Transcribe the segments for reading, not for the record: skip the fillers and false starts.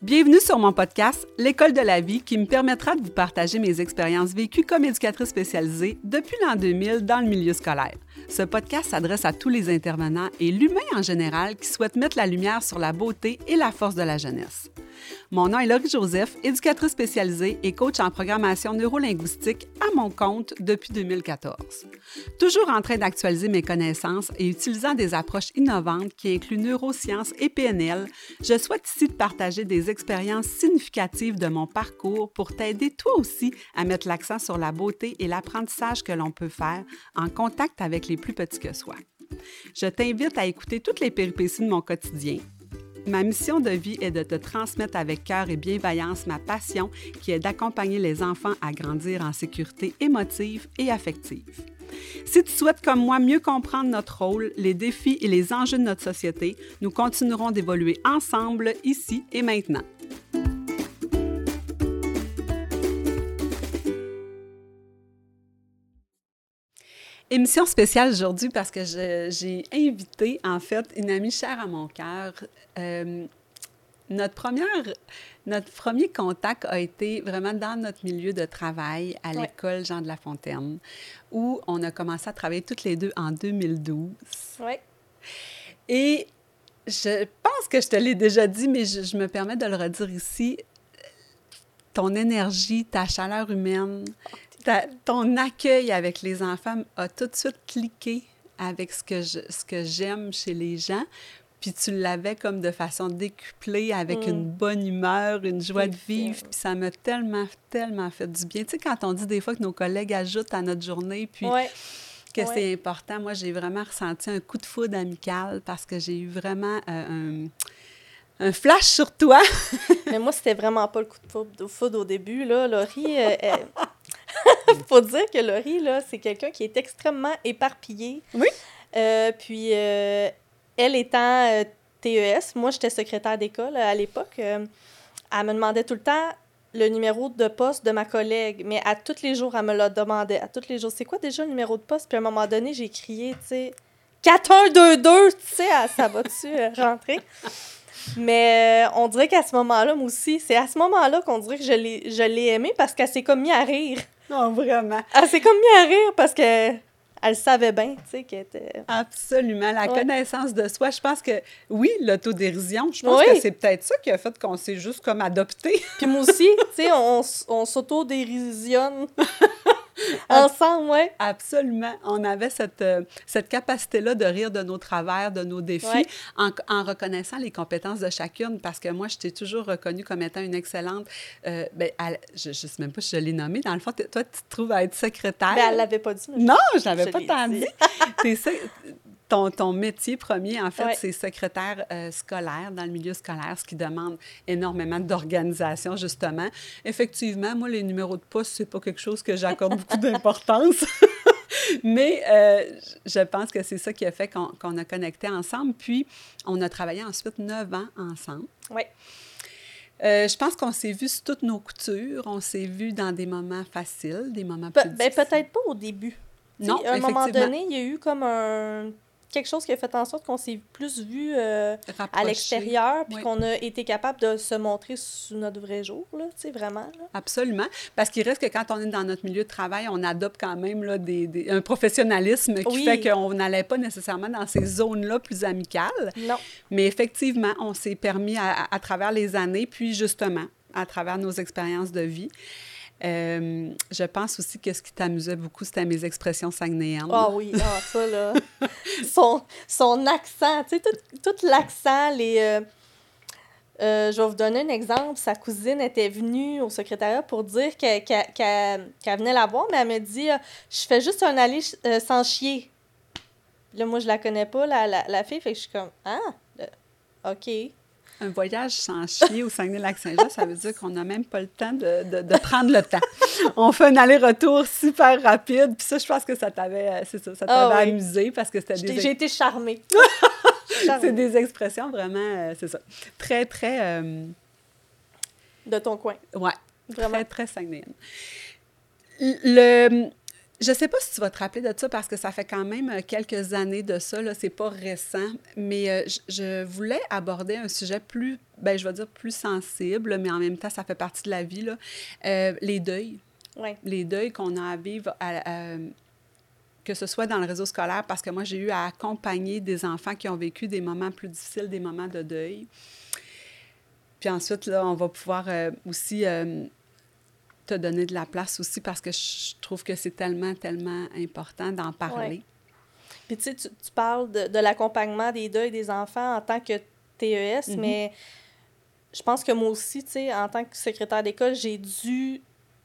Bienvenue sur mon podcast « L'école de la vie » qui me permettra de vous partager mes expériences vécues comme éducatrice spécialisée depuis l'an 2000 dans le milieu scolaire. Ce podcast s'adresse à tous les intervenants et l'humain en général qui souhaitent mettre la lumière sur la beauté et la force de la jeunesse. Mon nom est Laurie Joseph, éducatrice spécialisée et coach en programmation neurolinguistique à mon compte depuis 2014. Toujours en train d'actualiser mes connaissances et utilisant des approches innovantes qui incluent neurosciences et PNL, je souhaite ici te partager des expériences significatives de mon parcours pour t'aider toi aussi à mettre l'accent sur la beauté et l'apprentissage que l'on peut faire en contact avec les plus petits que soi. Je t'invite à écouter toutes les péripéties de mon quotidien. Ma mission de vie est de te transmettre avec cœur et bienveillance ma passion qui est d'accompagner les enfants à grandir en sécurité émotive et affective. Si tu souhaites comme moi mieux comprendre notre rôle, les défis et les enjeux de notre société, nous continuerons d'évoluer ensemble ici et maintenant. Émission spéciale aujourd'hui parce que j'ai invité, en fait, une amie chère à mon cœur. Notre premier contact a été vraiment dans notre milieu de travail à l'école Jean de La Fontaine, où on a commencé à travailler toutes les deux en 2012. Oui. Et je pense que je te l'ai déjà dit, mais je me permets de le redire ici. Ton énergie, ta chaleur humaine, ton accueil avec les enfants a tout de suite cliqué avec ce que j'aime chez les gens. Puis tu l'avais comme de façon décuplée, avec une bonne humeur, une joie de vivre. Puis ça m'a tellement, tellement fait du bien. Tu sais, quand on dit des fois que nos collègues ajoutent à notre journée, puis que c'est important, moi, j'ai vraiment ressenti un coup de foudre amical parce que j'ai eu vraiment un flash sur toi. Mais moi, c'était vraiment pas le coup de foudre au début, là. Laurie, faut dire que Laurie, là, c'est quelqu'un qui est extrêmement éparpillé. Oui. Puis, elle étant TES, moi, j'étais secrétaire d'école à l'époque, elle me demandait tout le temps le numéro de poste de ma collègue, mais à tous les jours, elle me le demandait. À tous les jours, c'est quoi déjà le numéro de poste? Puis à un moment donné, j'ai crié, tu sais, 4122, tu sais, ça va-tu rentrer? Mais on dirait qu'à ce moment-là, moi aussi, c'est à ce moment-là qu'on dirait que je l'ai aimée parce qu'elle s'est comme mise à rire. Non, vraiment. Elle s'est comme mise à rire parce que elle savait bien, tu sais, qu'elle était... Absolument. La connaissance de soi, je pense que, oui, l'autodérision, je pense que c'est peut-être ça qui a fait qu'on s'est juste comme adopté. Puis moi aussi, tu sais, on s'autodérisionne ensemble, oui. Absolument. On avait cette capacité-là de rire de nos travers, de nos défis, en reconnaissant les compétences de chacune, parce que moi, je t'ai toujours reconnue comme étant une excellente... je ne sais même pas si je l'ai nommée. Dans le fond, toi, tu te trouves à être secrétaire. Mais elle ne l'avait pas dit. Non, je ne l'avais pas tant dit. Ton métier premier, en fait, c'est secrétaire scolaire, dans le milieu scolaire, ce qui demande énormément d'organisation, justement. Effectivement, moi, les numéros de poste, c'est pas quelque chose que j'accorde beaucoup d'importance. Mais je pense que c'est ça qui a fait qu'on a connecté ensemble. Puis, on a travaillé ensuite 9 ans ensemble. Oui. Je pense qu'on s'est vus sur toutes nos coutures. On s'est vus dans des moments faciles, des moments plus difficiles. Peut-être pas au début. Non, à un moment donné, il y a eu comme quelque chose qui a fait en sorte qu'on s'est plus vu à l'extérieur, puis qu'on a été capable de se montrer sous notre vrai jour, là, tu sais, vraiment. Là. Absolument. Parce qu'il reste que quand on est dans notre milieu de travail, on adopte quand même là, un professionnalisme qui fait qu'on n'allait pas nécessairement dans ces zones-là plus amicales. Non. Mais effectivement, on s'est permis à travers les années, puis justement, à travers nos expériences de vie. Je pense aussi que ce qui t'amusait beaucoup, c'était mes expressions saguenéennes. Ah oui, ça, là. son accent, tu sais, tout l'accent, je vais vous donner un exemple. Sa cousine était venue au secrétariat pour dire qu'elle venait la voir, mais elle me dit « Je fais juste un aller sans chier. » Là, moi, je la connais pas, la fille, fait que je suis comme « Ah, OK. » Un voyage sans chier au Saguenay-Lac-Saint-Jean, ça veut dire qu'on n'a même pas le temps de prendre le temps. On fait un aller-retour super rapide. Puis ça, je pense que ça t'avait amusé parce que c'était J'ai été charmée. C'est des expressions vraiment, c'est ça, très, très... De ton coin. Oui, vraiment. Très, très saguenéenne. Je sais pas si tu vas te rappeler de ça parce que ça fait quand même quelques années de ça, là, c'est pas récent, mais je voulais aborder un sujet plus, ben je vais dire plus sensible, mais en même temps, ça fait partie de la vie, là. Les deuils. Ouais. Les deuils qu'on a à vivre, que ce soit dans le réseau scolaire, parce que moi, j'ai eu à accompagner des enfants qui ont vécu des moments plus difficiles, des moments de deuil. Puis ensuite, là, on va pouvoir aussi te donner de la place aussi parce que je trouve que c'est tellement, tellement important d'en parler. Ouais. Puis tu sais, tu parles de l'accompagnement des deuils des enfants en tant que TES, mais je pense que moi aussi, tu sais, en tant que secrétaire d'école, j'ai dû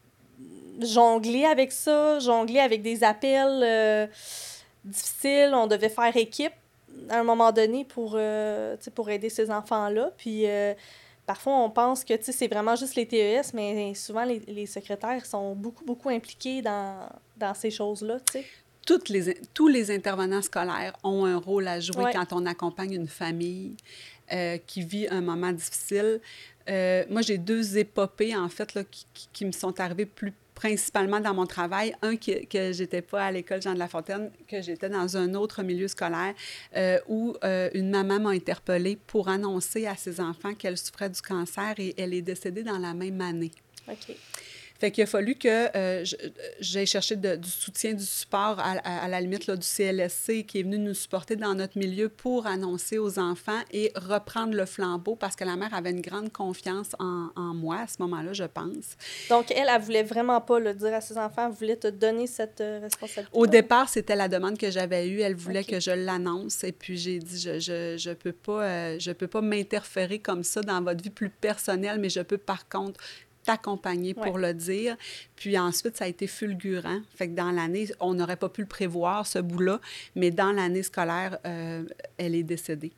jongler avec ça, jongler avec des appels difficiles. On devait faire équipe à un moment donné pour, tu sais, pour aider ces enfants-là. Puis parfois, on pense que, tu sais, c'est vraiment juste les TES, mais souvent, les secrétaires sont beaucoup, beaucoup impliqués dans ces choses-là, tu sais. Tous les intervenants scolaires ont un rôle à jouer Ouais. quand on accompagne une famille qui vit un moment difficile. Moi, j'ai 2 épopées, en fait, là, qui me sont arrivées principalement dans mon travail. Un, que j'étais pas à l'école Jean de La Fontaine, que j'étais dans un autre milieu scolaire, où une maman m'a interpellée pour annoncer à ses enfants qu'elle souffrait du cancer et elle est décédée dans la même année. OK. Fait qu'il a fallu que j'aille chercher du soutien, du support, à la limite là, du CLSC qui est venu nous supporter dans notre milieu pour annoncer aux enfants et reprendre le flambeau parce que la mère avait une grande confiance en moi à ce moment-là, je pense. Donc, elle voulait vraiment pas le dire à ses enfants, elle voulait te donner cette responsabilité. Au départ, c'était la demande que j'avais eue. Elle voulait OK. que je l'annonce et puis j'ai dit, je peux pas m'interférer comme ça dans votre vie plus personnelle, mais je peux par contre t'accompagner pour le dire. Puis ensuite, ça a été fulgurant. Fait que dans l'année, on n'aurait pas pu le prévoir, ce bout-là, mais dans l'année scolaire, elle est décédée.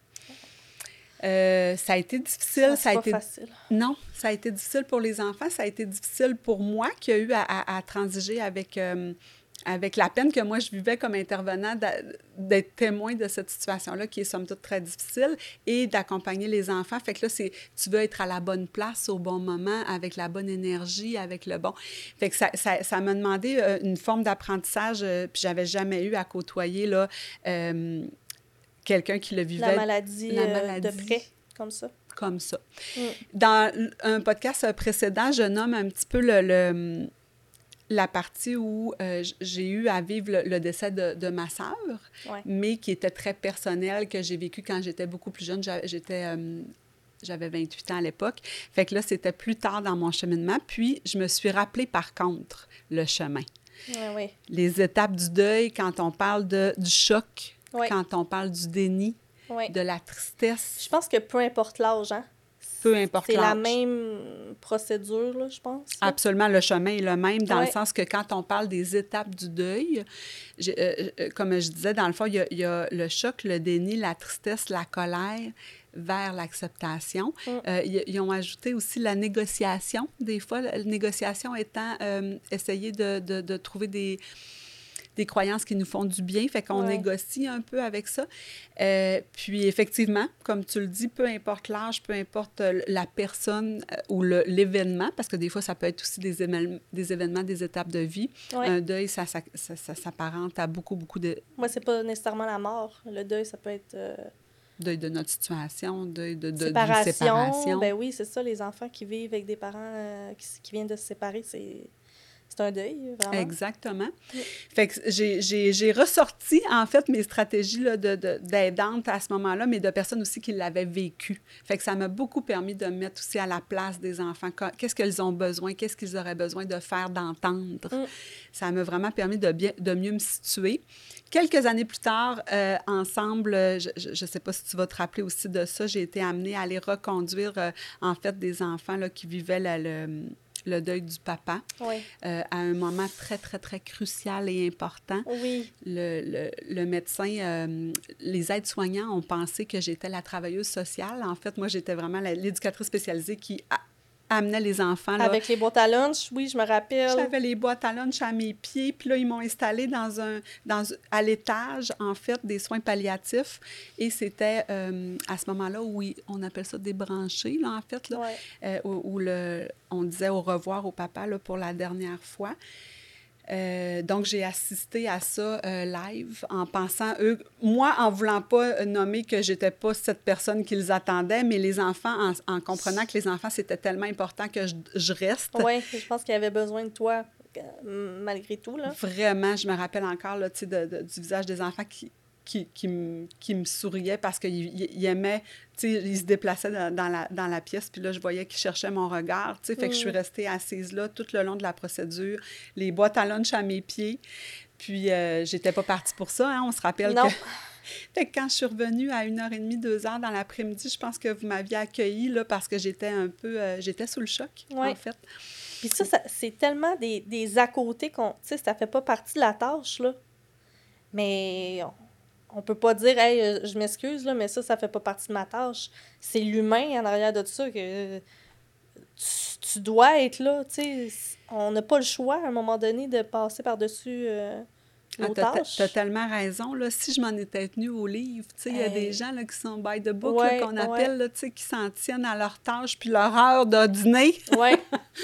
Ça a été difficile. Ça a été... facile. Non, ça a été difficile pour les enfants. Ça a été difficile pour moi qui a eu à transiger avec la peine que moi, je vivais comme intervenant, d'être témoin de cette situation-là qui est somme toute très difficile et d'accompagner les enfants. Fait que là, tu veux être à la bonne place au bon moment, avec la bonne énergie, avec le bon... Fait que ça m'a demandé une forme d'apprentissage, puis j'avais jamais eu à côtoyer, là, quelqu'un qui le vivait... La maladie de près, comme ça. Comme ça. Dans un podcast précédent, je nomme un petit peu la partie où j'ai eu à vivre le décès de ma sœur, mais qui était très personnelle, que j'ai vécu quand j'étais beaucoup plus jeune. J'avais 28 ans à l'époque. Fait que là, c'était plus tard dans mon cheminement. Puis, je me suis rappelé, par contre, le chemin. Oui. Les étapes du deuil, quand on parle du choc, quand on parle du déni, de la tristesse. Je pense que peu importe l'âge, hein? Peu importe l'âge. C'est la même procédure, là, je pense. Là. Absolument, le chemin est le même, dans le sens que quand on parle des étapes du deuil, comme je disais, dans le fond, il y a le choc, le déni, la tristesse, la colère vers l'acceptation. Ils ont ajouté aussi la négociation, des fois, la négociation étant essayer de trouver des croyances qui nous font du bien, fait qu'on négocie un peu avec ça. Puis effectivement, comme tu le dis, peu importe l'âge, peu importe la personne ou l'événement, parce que des fois, ça peut être aussi des événements, des étapes de vie. Un deuil, ça s'apparente à beaucoup de... Moi, c'est pas nécessairement la mort. Le deuil, ça peut être... Deuil de notre situation, deuil de séparation. Ben oui, c'est ça, les enfants qui vivent avec des parents qui viennent de se séparer, c'est un deuil, vraiment. Exactement. Fait que j'ai ressorti, en fait, mes stratégies là, d'aidantes à ce moment-là, mais de personnes aussi qui l'avaient vécu. Fait que ça m'a beaucoup permis de me mettre aussi à la place des enfants. Qu'est-ce qu'ils ont besoin? Qu'est-ce qu'ils auraient besoin de faire, d'entendre? Ça m'a vraiment permis de mieux me situer. Quelques années plus tard, ensemble, je ne sais pas si tu vas te rappeler aussi de ça, j'ai été amenée à aller reconduire, en fait, des enfants là, qui vivaient le deuil du papa, à un moment très, très, très crucial et important. Oui. Le médecin, les aides-soignants ont pensé que j'étais la travailleuse sociale. En fait, moi, j'étais vraiment l'éducatrice spécialisée qui amenait les enfants. Là. Avec les boîtes à lunch, oui, je me rappelle. J'avais les boîtes à lunch à mes pieds, puis là, ils m'ont installée à l'étage, en fait, des soins palliatifs. Et c'était à ce moment-là où on appelle ça débrancher, là, en fait, là, où on disait au revoir au papa là, pour la dernière fois. Donc, j'ai assisté à ça live en pensant, moi, en voulant pas nommer que j'étais pas cette personne qu'ils attendaient, mais les enfants, en comprenant que les enfants, c'était tellement important que je reste. Oui, je pense qu'ils avaient besoin de toi, malgré tout, là. Vraiment, je me rappelle encore là, du visage des enfants qui me souriaient parce qu'ils aimaient, ils se déplaçaient dans la pièce, puis là, je voyais qu'ils cherchaient mon regard, fait que je suis restée assise là tout le long de la procédure, les boîtes à lunch à mes pieds, puis j'étais pas partie pour ça, hein, on se rappelle non. que... Fait que quand je suis revenue à 1h30, 2h dans l'après-midi, je pense que vous m'aviez accueillie là, parce que j'étais un peu... j'étais sous le choc, en fait. Puis ça, c'est tellement des à-côté qu'on... Tu sais, ça fait pas partie de la tâche, là. Mais on peut pas dire « Hey, je m'excuse, là, mais ça fait pas partie de ma tâche. » C'est l'humain en arrière de ça que tu dois être là, tu sais. On n'a pas le choix, à un moment donné, de passer par-dessus nos tâches. T'as tellement raison, là. Si je m'en étais tenue au livre, tu sais, il y a des gens là, qui sont by the book, Ouais, là, qu'on appelle, là, tu sais, qui s'en tiennent à leur tâche puis leur heure de dîner. Ouais.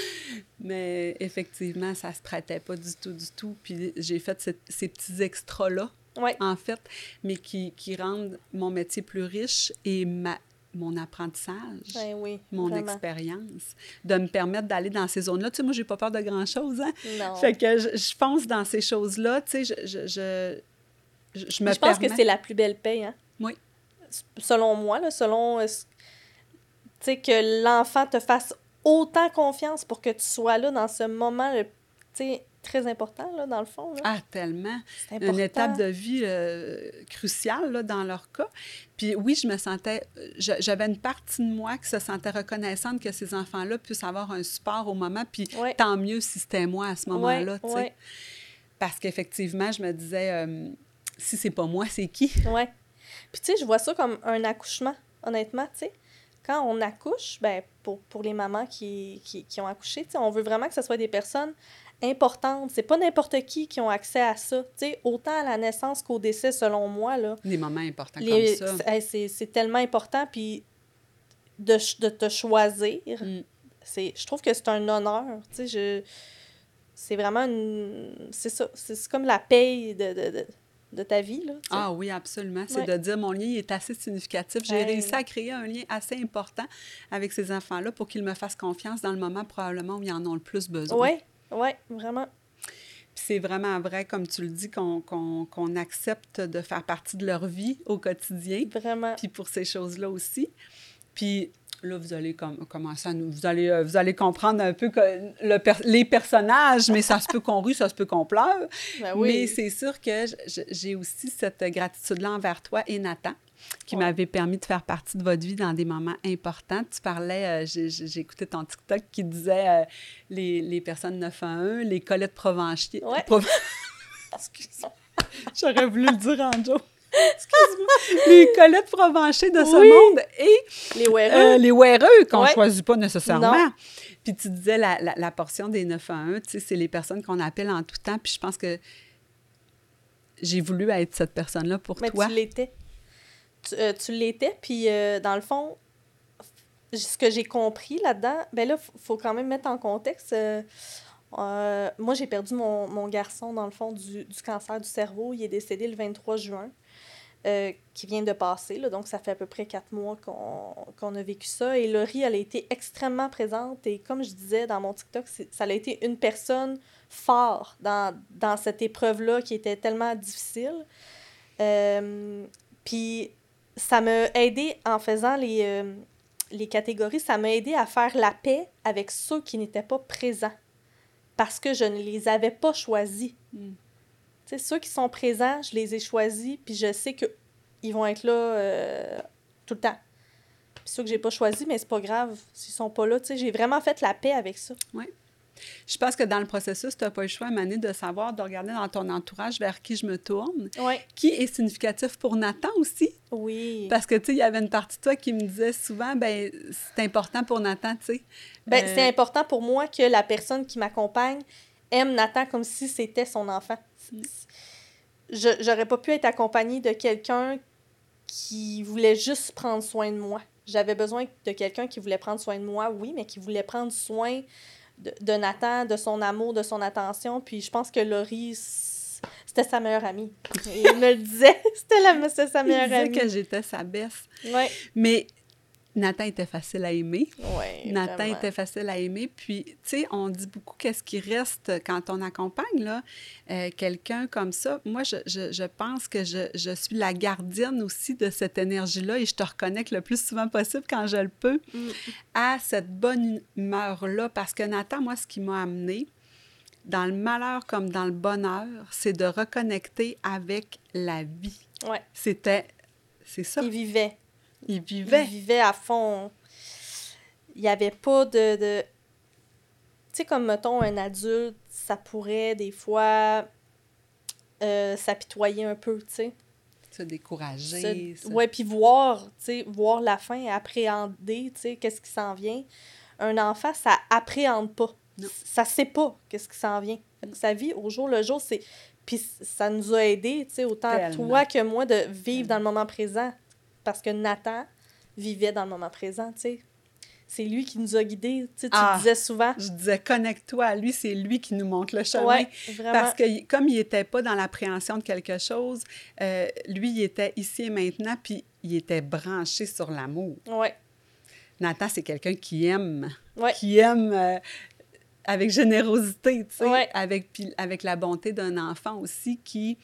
Mais effectivement, ça se prêtait pas du tout. Puis j'ai fait ces petits extras-là, en fait, mais qui rendent mon métier plus riche et mon apprentissage, mon expérience, de me permettre d'aller dans ces zones-là. Tu sais, moi, j'ai pas peur de grand-chose, hein? Non. Fait que je fonce dans ces choses-là, tu sais, je me Je pense que c'est la plus belle paye, hein? Oui. Selon moi, là, selon... tu sais, que l'enfant te fasse autant confiance pour que tu sois là dans ce moment, tu sais, très important, là, dans le fond. Là. Ah, tellement! C'est important. Une étape de vie cruciale, là, dans leur cas. Puis oui, je me sentais... J'avais une partie de moi qui se sentait reconnaissante que ces enfants-là puissent avoir un support au moment, puis tant mieux si c'était moi à ce moment-là, tu sais. Parce qu'effectivement, je me disais, si c'est pas moi, c'est qui? Oui. Puis tu sais, je vois ça comme un accouchement, honnêtement, tu sais. Quand on accouche, ben pour les mamans qui ont accouché, tu sais, on veut vraiment que ce soit des personnes importantes. C'est pas n'importe qui ont accès à ça, tu sais, autant à la naissance qu'au décès, selon moi, là. Des moments importants comme ça. C'est tellement important, puis de te choisir, je trouve que c'est un honneur, tu sais, c'est vraiment c'est ça, c'est comme la paye de ta vie, là. T'sais. Ah oui, absolument. C'est de dire, mon lien il est assez significatif. J'ai réussi à créer un lien assez important avec ces enfants-là pour qu'ils me fassent confiance dans le moment probablement où ils en ont le plus besoin. Oui, vraiment. Puis c'est vraiment vrai, comme tu le dis, qu'on accepte de faire partie de leur vie au quotidien. Vraiment. Puis pour ces choses-là aussi. Puis là, vous allez commencer à vous allez comprendre un peu que les personnages, mais ça se peut qu'on rit, ça se peut qu'on pleure. Ben oui. Mais c'est sûr que j'ai aussi cette gratitude-là envers toi et Nathan, qui m'avait permis de faire partie de votre vie dans des moments importants. Tu parlais, j'ai écouté ton TikTok qui disait les personnes 911, les Colette Provencher. Ouais. Excuse-moi, j'aurais voulu le dire en joke. Excuse-moi. Les Colette Provencher de ce monde et les Weareux qu'on ne choisit pas nécessairement. Non. Puis tu disais la portion des 911, tu sais, c'est les personnes qu'on appelle en tout temps. Puis je pense que j'ai voulu être cette personne-là pour toi. Mais tu l'étais. Tu l'étais, puis dans le fond, ce que j'ai compris là-dedans, ben là, il faut quand même mettre en contexte. Moi, j'ai perdu mon garçon, dans le fond, du cancer du cerveau. Il est décédé le 23 juin. Qui vient de passer, là, donc ça fait à peu près 4 mois qu'on a vécu ça. Et Laurie, elle a été extrêmement présente. Et comme je disais dans mon TikTok, ça a été une personne forte dans cette épreuve-là qui était tellement difficile. Puis ça m'a aidé en faisant les catégories, ça m'a aidé à faire la paix avec ceux qui n'étaient pas présents parce que je ne les avais pas choisis. Tu sais, ceux qui sont présents, je les ai choisis, puis je sais qu'ils vont être là tout le temps. Puis ceux que j'ai pas choisis, mais c'est pas grave s'ils sont pas là. Tu sais, j'ai vraiment fait la paix avec ça. Oui. Je pense que dans le processus, tu n'as pas le choix, Mané, de savoir, de regarder dans ton entourage vers qui je me tourne. Oui. Qui est significatif pour Nathan aussi. Oui. Parce que, tu sais, il y avait une partie de toi qui me disait souvent, ben c'est important pour Nathan, tu sais. Ben c'est important pour moi que la personne qui m'accompagne aime Nathan comme si c'était son enfant. J'aurais pas pu être accompagnée de quelqu'un qui voulait juste prendre soin de moi. J'avais besoin de quelqu'un qui voulait prendre soin de moi, oui, mais qui voulait prendre soin de Nathan, de son amour, de son attention. Puis je pense que Laurie, c'était sa meilleure amie. Il me le disait, c'était sa meilleure amie. Il disait que j'étais sa best. Ouais. Mais Nathan était facile à aimer. Oui, Nathan vraiment. était facile à aimer. Puis, tu sais, on dit beaucoup qu'est-ce qui reste quand on accompagne là, quelqu'un comme ça. Moi, je pense que je suis la gardienne aussi de cette énergie-là et je te reconnecte le plus souvent possible quand je le peux à cette bonne humeur-là. Parce que Nathan, moi, ce qui m'a amené dans le malheur comme dans le bonheur, c'est de reconnecter avec la vie. Ouais. C'est ça. Il vivait. Il vivait. Il vivait à fond. Il n'y avait pas de... Tu sais, comme, mettons, un adulte, ça pourrait, des fois, s'apitoyer un peu, tu sais. Se décourager. Ouais, puis voir, tu sais, voir la fin, appréhender, tu sais, qu'est-ce qui s'en vient. Un enfant, ça appréhende pas. Non. Ça sait pas qu'est-ce qui s'en vient. Sa vie, au jour le jour, c'est... Puis ça nous a aidés, tu sais, autant Tellement. toi que moi, de vivre dans le moment présent. Parce que Nathan vivait dans le moment présent, tu sais. C'est lui qui nous a guidés, tu sais, tu le disais souvent. Je disais, connecte-toi à lui, c'est lui qui nous montre le chemin. Ouais, vraiment. Parce que comme il n'était pas dans l'appréhension de quelque chose, lui, il était ici et maintenant, puis il était branché sur l'amour. Ouais. Nathan, c'est quelqu'un qui aime, Ouais. avec générosité, tu sais, Ouais. avec la bonté d'un enfant aussi qui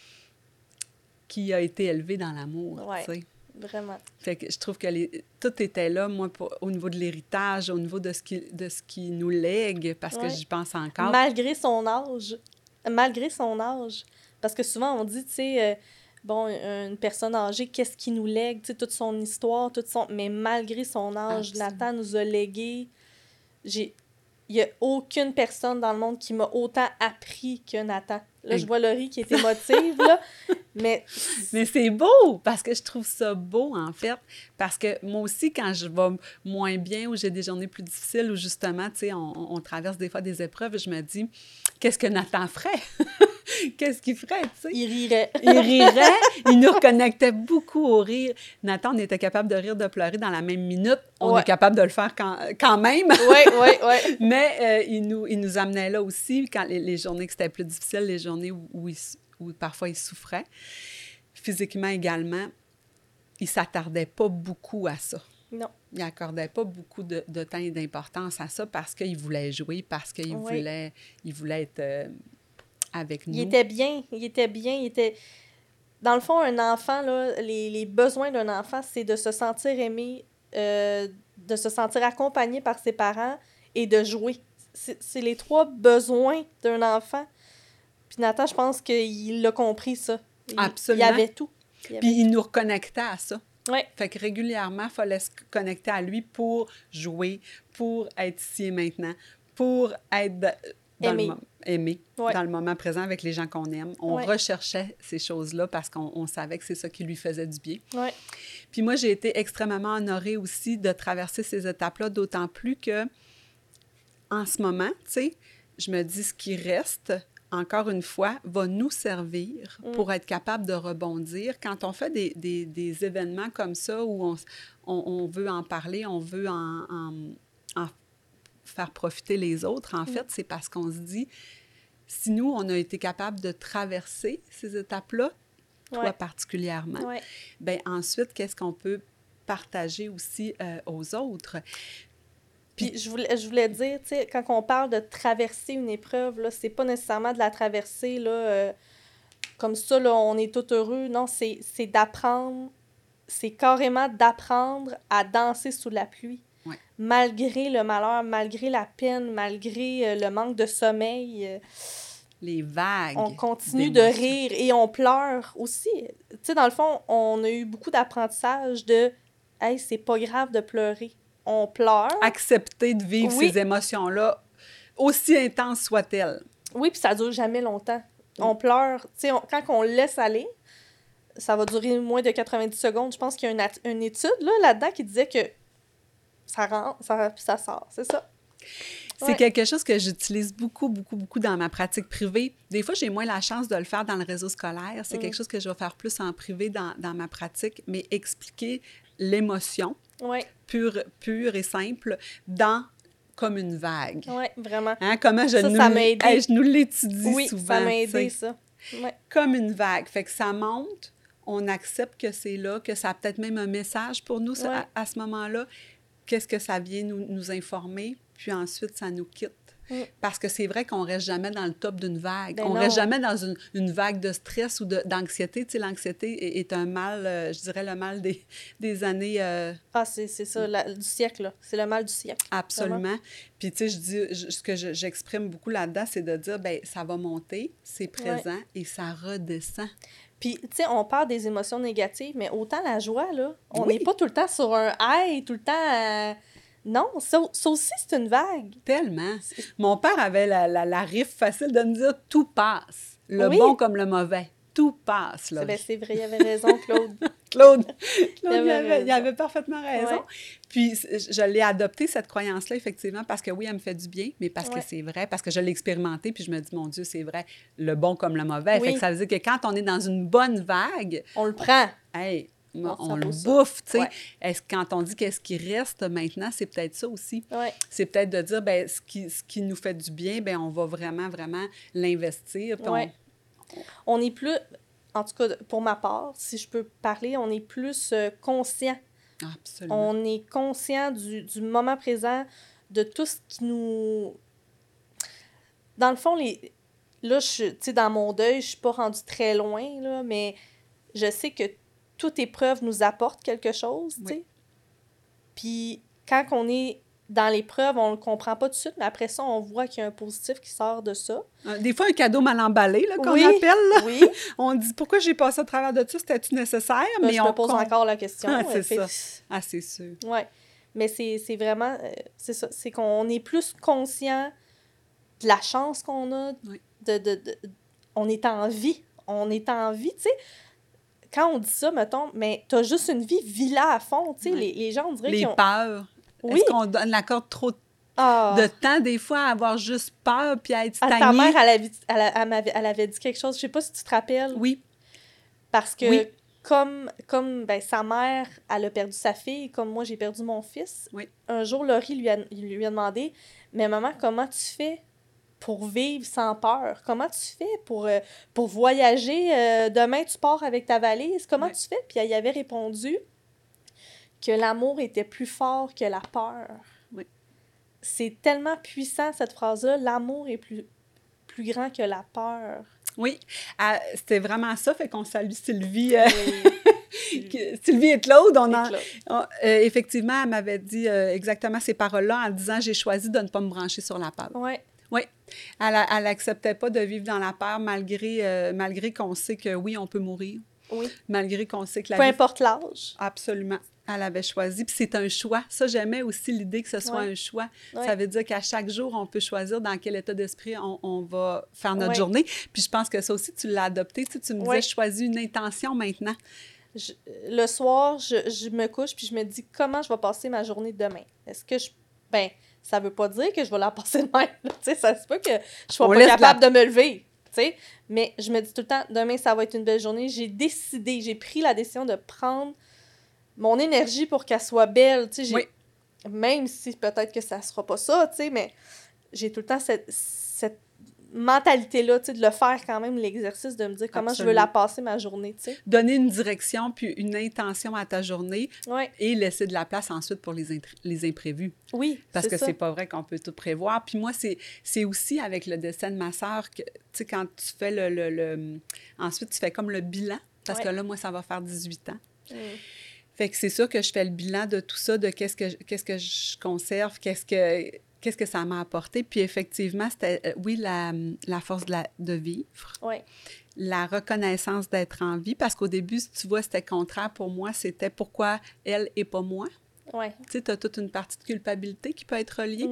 a été élevé dans l'amour, Ouais. tu sais. Vraiment. Fait que je trouve que tout était là, moi, au niveau de l'héritage, au niveau de ce qui nous lègue, parce que j'y pense encore. Malgré son âge. Parce que souvent, on dit, tu sais, une personne âgée, qu'est-ce qui nous lègue? Tu sais, toute son histoire, mais malgré son âge, Absolument. Nathan nous a légué. Il n'y a aucune personne dans le monde qui m'a autant appris que Nathan. Là, je vois Laurie qui est émotive, là, mais... Mais c'est beau, parce que je trouve ça beau, en fait, parce que moi aussi, quand je vais moins bien ou j'ai des journées plus difficiles ou justement, tu sais, on traverse des fois des épreuves, je me dis, qu'est-ce que Nathan ferait? Qu'est-ce qu'il ferait, tu sais? Il rirait. Il nous reconnectait beaucoup au rire. Nathan, on était capable de rire, de pleurer dans la même minute. On est capable de le faire quand même. Oui. Mais il nous amenait là aussi, quand les journées que c'était plus difficile, les journées où parfois il souffrait. Physiquement également, il ne s'attardait pas beaucoup à ça. Non. Il n'accordait pas beaucoup de temps et d'importance à ça parce qu'il voulait jouer, parce qu'il voulait être avec nous. Il était bien. Dans le fond, un enfant, là, les besoins d'un enfant, c'est de se sentir aimé, de se sentir accompagné par ses parents et de jouer. C'est les 3 besoins d'un enfant. Puis Nathan, je pense qu'il l'a compris, ça. Absolument. Il y avait tout. Puis il nous reconnectait à ça. Oui. Fait que régulièrement, il fallait se connecter à lui pour jouer, pour être ici et maintenant, pour être aimé dans le moment présent avec les gens qu'on aime. On recherchait ces choses-là parce qu'on savait que c'est ça qui lui faisait du bien. Ouais. Puis moi, j'ai été extrêmement honorée aussi de traverser ces étapes-là, d'autant plus que en ce moment, tu sais, je me dis ce qui reste, encore une fois, va nous servir pour être capable de rebondir. Quand on fait des événements comme ça où on veut en parler, on veut en faire profiter les autres, en fait, c'est parce qu'on se dit, si nous, on a été capable de traverser ces étapes-là, toi particulièrement, bien ensuite, qu'est-ce qu'on peut partager aussi aux autres? Puis je voulais dire, tu sais, quand on parle de traverser une épreuve, là, c'est pas nécessairement de la traverser, là, comme ça, là, on est tout heureux. Non, c'est d'apprendre, c'est carrément d'apprendre à danser sous la pluie. Ouais. Malgré le malheur, malgré la peine, malgré le manque de sommeil. Les vagues. On continue de rire et on pleure aussi. Tu sais, dans le fond, on a eu beaucoup d'apprentissage de « Hey, c'est pas grave de pleurer. » On pleure. Accepter de vivre ces émotions-là, aussi intenses soient-elles. Oui, puis ça dure jamais longtemps. On pleure. Tu sais, quand on laisse aller, ça va durer moins de 90 secondes. Je pense qu'il y a une étude là-dedans qui disait que ça rentre, puis ça sort. C'est ça. C'est quelque chose que j'utilise beaucoup, beaucoup, beaucoup dans ma pratique privée. Des fois, j'ai moins la chance de le faire dans le réseau scolaire. C'est quelque chose que je vais faire plus en privé dans ma pratique, mais expliquer l'émotion pure et simple dans comme une vague. Oui, vraiment. Hein? Comment ça m'a aidé. Hey, je nous l'étudie oui, souvent. Ça m'a aidé, ça. Ouais. Comme une vague. Fait que ça monte, on accepte que c'est là, que ça a peut-être même un message pour nous à ce moment-là. Qu'est-ce que ça vient nous informer? Puis ensuite, ça nous quitte. Parce que c'est vrai qu'on ne reste jamais dans le top d'une vague. On ne reste jamais dans une vague de stress ou d'anxiété. Tu sais, l'anxiété est un mal, je dirais le mal des années... c'est ça, du siècle, là. C'est le mal du siècle. Absolument. Vraiment. Puis, tu sais, ce que j'exprime beaucoup là-dedans, c'est de dire, bien, ça va monter, c'est présent et ça redescend. Puis, tu sais, on parle des émotions négatives, mais autant la joie, là, on n'est pas tout le temps sur un high, tout le temps... Non, ça aussi, c'est une vague. Tellement. Mon père avait la riff facile de me dire « tout passe ». Le bon comme le mauvais. Tout passe, là. C'est vrai, il avait raison, Claude. Claude, il avait parfaitement raison. Ouais. Puis, je l'ai adopté, cette croyance-là, effectivement, parce que oui, elle me fait du bien, mais parce que c'est vrai, parce que je l'ai expérimenté, puis je me dis, mon Dieu, c'est vrai, le bon comme le mauvais. Fait que ça veut dire que quand on est dans une bonne vague... On le prend. Hey, on le bouffe, tu sais. Est-ce quand on dit qu'est-ce qui reste maintenant, c'est peut-être ça aussi. C'est peut-être de dire, bien, ce qui nous fait du bien, bien, on va vraiment, vraiment l'investir. On est plus, en tout cas, pour ma part, si je peux parler, on est plus conscient. Absolument. On est conscient du moment présent, de tout ce qui nous... Dans le fond, là, tu sais, dans mon deuil, je suis pas rendue très loin, là, mais je sais que toute épreuve nous apporte quelque chose, tu sais. Puis quand on est dans l'épreuve, on le comprend pas tout de suite, mais après ça, on voit qu'il y a un positif qui sort de ça. Des fois, un cadeau mal emballé, là, qu'on appelle. Là. Oui. On dit, pourquoi j'ai passé au travers de ça? C'était-tu nécessaire? Mais je me pose encore la question. C'est ça. C'est sûr. Oui. Mais c'est vraiment... c'est ça. C'est qu'on est plus conscient de la chance qu'on a. On est en vie. On est en vie, tu sais. Quand on dit ça, mettons, mais t'as juste une vie, vis-la à fond, tu sais. Les gens, on dirait qu'ils ont... Les peurs. Oui. Est-ce qu'on accorde trop de temps, des fois, à avoir juste peur puis à être stagnée? Ta mère, elle avait dit quelque chose, je sais pas si tu te rappelles. Oui. Parce que comme sa mère, elle a perdu sa fille, comme moi, j'ai perdu mon fils. Oui. Un jour, Laurie lui a demandé, « Mais maman, comment tu fais pour vivre sans peur? Comment tu fais pour voyager? Demain, tu pars avec ta valise. Comment tu fais? » Puis elle y avait répondu que l'amour était plus fort que la peur. Oui. C'est tellement puissant, cette phrase-là. L'amour est plus grand que la peur. Oui, c'était vraiment ça. Fait qu'on salue Sylvie. Sylvie et Claude. Effectivement, elle m'avait dit exactement ces paroles-là en disant « J'ai choisi de ne pas me brancher sur la peur. » Oui. Elle n'acceptait pas de vivre dans la peur malgré qu'on sait que oui, on peut mourir. Oui. Malgré qu'on sait que la vie... Peu importe l'âge. Absolument. Elle avait choisi. Puis c'est un choix. Ça, j'aimais aussi l'idée que ce soit un choix. Ça veut dire qu'à chaque jour, on peut choisir dans quel état d'esprit on va faire notre journée. Puis je pense que ça aussi, tu l'as adopté. Tu me disais, choisis une intention maintenant. Le soir, je me couche puis je me dis comment je vais passer ma journée demain. Est-ce que ça veut pas dire que je vais la passer de même. Tu sais, ça se peut que je sois pas capable de me lever. Tu sais, mais je me dis tout le temps, demain, ça va être une belle journée. J'ai pris la décision de prendre mon énergie pour qu'elle soit belle. Tu sais, même si peut-être que ça sera pas ça, tu sais, mais j'ai tout le temps cette mentalité-là, tu sais, de le faire quand même, l'exercice de me dire comment je veux la passer ma journée, tu sais. Donner une direction puis une intention à ta journée et laisser de la place ensuite pour les imprévus. Oui, parce que c'est pas vrai qu'on peut tout prévoir. Puis moi, c'est aussi avec le décès de ma sœur que, tu sais, quand tu fais ensuite, tu fais comme le bilan, parce que là, moi, ça va faire 18 ans. Fait que c'est sûr que je fais le bilan de tout ça, de qu'est-ce que je conserve, qu'est-ce que ça m'a apporté. Puis effectivement, c'était, la force de vivre. Oui. La reconnaissance d'être en vie, parce qu'au début, tu vois, c'était contraire pour moi. C'était pourquoi elle et pas moi. Oui. Tu sais, tu as toute une partie de culpabilité qui peut être reliée.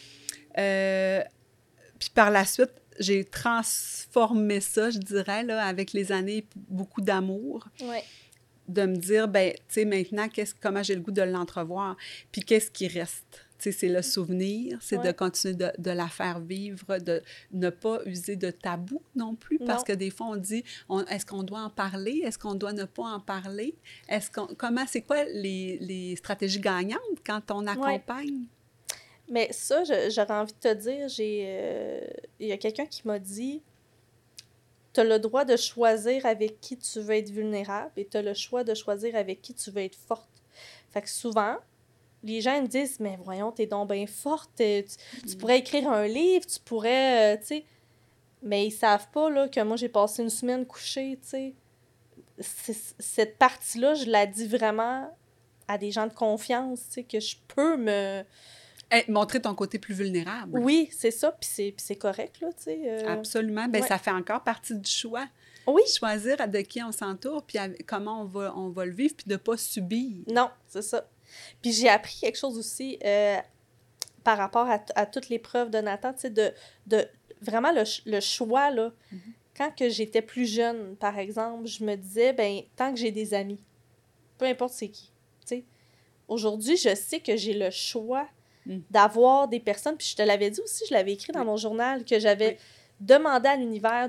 Puis par la suite, j'ai transformé ça, je dirais, là, avec les années, beaucoup d'amour. Oui. De me dire, ben, tu sais, maintenant, comment j'ai le goût de l'entrevoir, puis qu'est-ce qui reste? Tu sais, c'est le souvenir, c'est de continuer de la faire vivre, de ne pas user de tabou non plus, parce que des fois, on dit, est-ce qu'on doit en parler? Est-ce qu'on doit ne pas en parler? C'est quoi les stratégies gagnantes quand on accompagne? Mais ça, j'aurais envie de te dire, il y a quelqu'un qui m'a dit, tu as le droit de choisir avec qui tu veux être vulnérable et tu as le choix de choisir avec qui tu veux être forte. Fait que souvent, les gens me disent, mais voyons, t'es donc bien forte, tu pourrais écrire un livre, tu pourrais, tu sais. Mais ils savent pas, là, que moi, j'ai passé une semaine couchée, tu sais. Cette partie-là, je la dis vraiment à des gens de confiance, tu sais, que je peux me... montrer ton côté plus vulnérable. Oui, c'est ça, puis c'est correct, là, tu sais. Absolument. Bien, ça fait encore partie du choix. Oui. Choisir de qui on s'entoure, puis comment on va le vivre, puis de ne pas subir. Non, c'est ça. Puis j'ai appris quelque chose aussi par rapport à toutes les preuves de Nathan, tu sais, de vraiment le choix, là. Mm-hmm. Quand que j'étais plus jeune, par exemple, je me disais, ben tant que j'ai des amis, peu importe c'est qui, tu sais. Aujourd'hui, je sais que j'ai le choix d'avoir des personnes, puis je te l'avais dit aussi, je l'avais écrit dans mon journal, que j'avais demandé à l'univers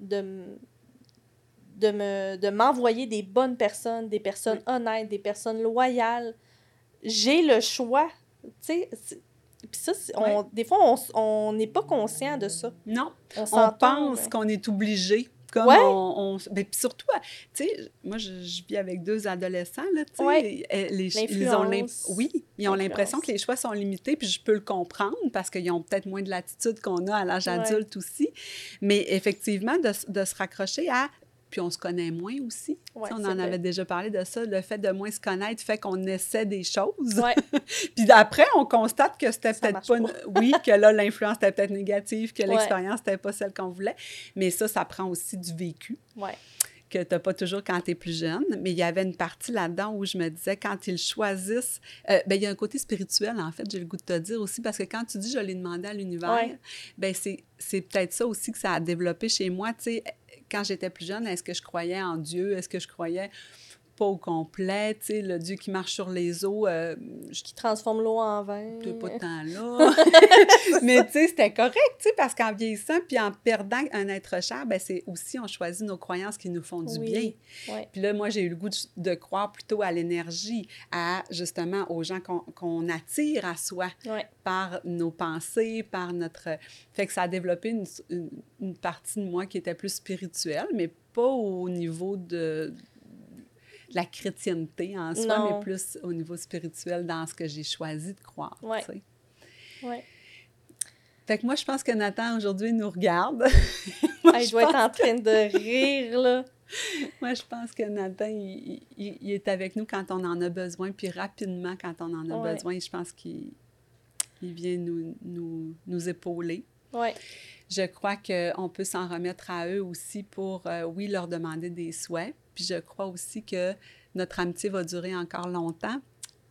de m'envoyer des bonnes personnes, des personnes honnêtes, des personnes loyales. J'ai le choix, tu sais. Puis ça, des fois, on n'est pas conscient de ça. Non, on pense qu'on est obligé. Comme ben, puis surtout, tu sais, moi, je vis avec 2 adolescents, là, tu sais. Ils ont l'impression que les choix sont limités, puis je peux le comprendre, parce qu'ils ont peut-être moins de latitude qu'on a à l'âge adulte aussi. Mais effectivement, de se raccrocher à... Puis on se connaît moins aussi. Ouais, on en avait déjà parlé de ça. Le fait de moins se connaître fait qu'on essaie des choses. Ouais. Puis après, on constate que c'était peut-être pas... Oui, que là, l'influence était peut-être négative, que l'expérience n'était pas celle qu'on voulait. Mais ça prend aussi du vécu. Ouais. Que tu n'as pas toujours quand tu es plus jeune. Mais il y avait une partie là-dedans où je me disais, quand ils choisissent... ben il y a un côté spirituel, en fait, j'ai le goût de te dire aussi, parce que quand tu dis « je l'ai demandé à l'univers ben c'est peut-être ça aussi que ça a développé chez moi, tu sais. Quand j'étais plus jeune, est-ce que je croyais en Dieu? Est-ce que je croyais pas au complet? Tu sais, le Dieu qui marche sur les eaux... qui transforme l'eau en vin. Tu pas tant là. Mais tu sais, c'était correct, tu sais, parce qu'en vieillissant puis en perdant un être cher, ben c'est aussi, on choisit nos croyances qui nous font du bien. Ouais. Puis là, moi, j'ai eu le goût de croire plutôt à l'énergie, justement, aux gens qu'on attire à soi par nos pensées, par notre... Fait que ça a développé une partie de moi qui était plus spirituelle, mais pas au niveau de la chrétienté en soi, mais plus au niveau spirituel dans ce que j'ai choisi de croire. Oui. Oui. Fait que moi, je pense que Nathan, aujourd'hui, nous regarde. Il doit être en train de rire, là. Moi, je pense que Nathan, il est avec nous quand on en a besoin, puis rapidement quand on en a besoin. Je pense qu'il vient nous épauler. Oui. Je crois qu'on peut s'en remettre à eux aussi pour, leur demander des souhaits. Puis je crois aussi que notre amitié va durer encore longtemps.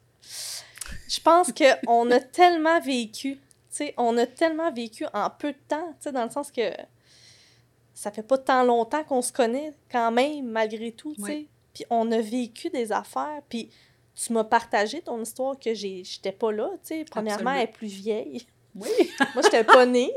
Je pense qu'on a tellement vécu, tu sais, on a tellement vécu en peu de temps, tu sais, dans le sens que ça fait pas tant longtemps qu'on se connaît quand même, malgré tout, tu sais. Puis on a vécu des affaires, puis tu m'as partagé ton histoire que j'étais pas là, tu sais. Premièrement, elle est plus vieille. Oui. Moi, j'étais pas née.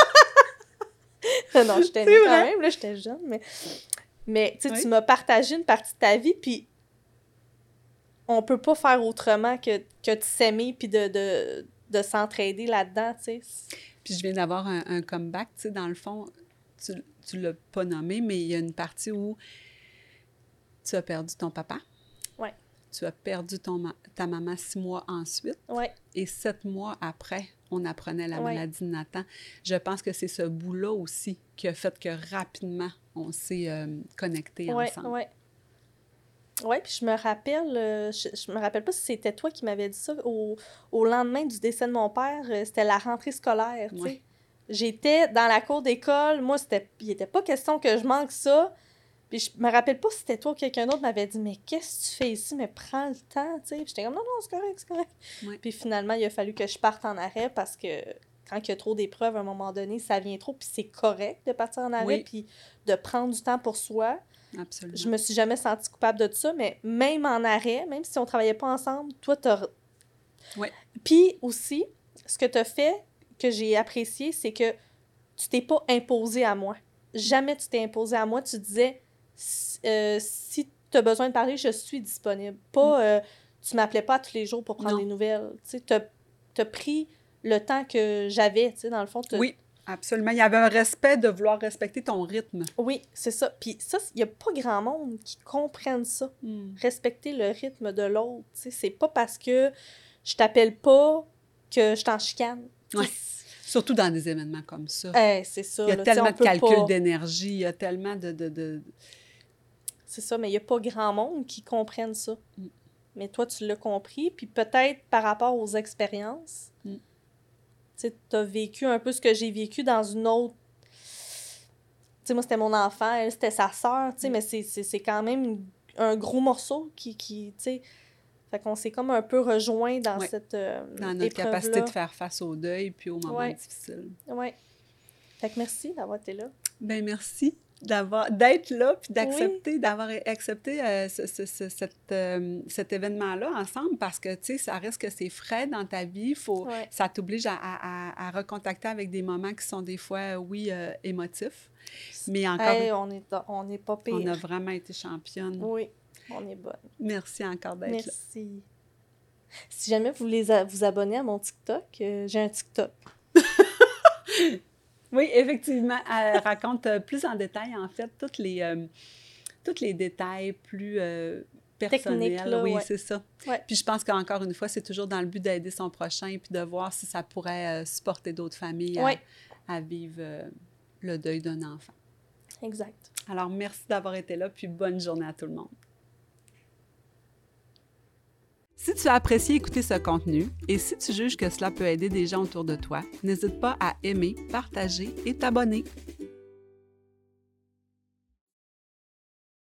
Non, j'étais née quand même, là, j'étais jeune, mais tu sais, tu m'as partagé une partie de ta vie, puis on peut pas faire autrement que de s'aimer puis de s'entraider là-dedans, tu sais. Puis je viens d'avoir un comeback, tu sais, dans le fond, tu l'as pas nommé, mais il y a une partie où tu as perdu ton papa. Oui. Tu as perdu ta maman 6 mois ensuite. Oui. Et 7 mois après, on apprenait la maladie de Nathan. Je pense que c'est ce bout-là aussi qui a fait que rapidement, on s'est connectés ensemble. Oui. Oui, puis je me rappelle, je me rappelle pas si c'était toi qui m'avais dit ça, au lendemain du décès de mon père, c'était la rentrée scolaire, tu sais. J'étais dans la cour d'école, moi, il était pas question que je manque ça, puis je me rappelle pas si c'était toi ou quelqu'un d'autre m'avait dit « Mais qu'est-ce que tu fais ici? Mais prends le temps, tu sais. » Puis j'étais comme « Non, c'est correct. Ouais. Puis finalement, il a fallu que je parte en arrêt parce que quand il y a trop d'épreuves, à un moment donné, ça vient trop, puis c'est correct de partir en arrêt, puis de prendre du temps pour soi. Absolument. Je me suis jamais sentie coupable de ça, mais même en arrêt, même si on travaillait pas ensemble, toi, Oui. Puis aussi, ce que tu as fait, que j'ai apprécié, c'est que tu t'es pas imposé à moi. Jamais tu t'es imposé à moi. Tu disais, si tu as besoin de parler, je suis disponible. Pas, tu m'appelais pas tous les jours pour prendre des nouvelles. Tu sais, t'as pris le temps que j'avais, tu sais, dans le fond. Oui, absolument. Il y avait un respect de vouloir respecter ton rythme. Oui, c'est ça. Puis ça, il n'y a pas grand monde qui comprenne ça. Respecter le rythme de l'autre, tu sais. C'est pas parce que je t'appelle pas que je t'en chicane. Oui. Surtout dans des événements comme ça. C'est ça. Il y a tellement de calcul d'énergie, il y a tellement de... C'est ça, mais il n'y a pas grand monde qui comprenne ça. Mais toi, tu l'as compris, puis peut-être par rapport aux expériences, tu sais, t'as vécu un peu ce que j'ai vécu dans une autre... Tu sais, moi, c'était mon enfant, elle, c'était sa sœur, tu sais, mais c'est quand même un gros morceau qui tu sais... Fait qu'on s'est comme un peu rejoint dans cette dans notre épreuve-là. Capacité de faire face au deuil puis aux moments difficiles. Oui. Fait que merci d'avoir été là. Bien, merci d'être là puis d'avoir accepté cet événement-là ensemble parce que, tu sais, ça reste que c'est frais dans ta vie. Ça t'oblige à recontacter avec des moments qui sont des fois, émotifs. Mais encore... on n'est pas pire. On a vraiment été championne. Oui. On est bonne. Merci encore d'être là. Merci. Si jamais vous voulez vous abonner à mon TikTok, j'ai un TikTok. Oui, effectivement. Elle raconte plus en détail, en fait, tous les détails plus personnels. Techniques, là, oui, c'est ça. Ouais. Puis je pense qu'encore une fois, c'est toujours dans le but d'aider son prochain puis de voir si ça pourrait supporter d'autres familles à vivre le deuil d'un enfant. Exact. Alors, merci d'avoir été là, puis bonne journée à tout le monde. Si tu as apprécié écouter ce contenu et si tu juges que cela peut aider des gens autour de toi, n'hésite pas à aimer, partager et t'abonner.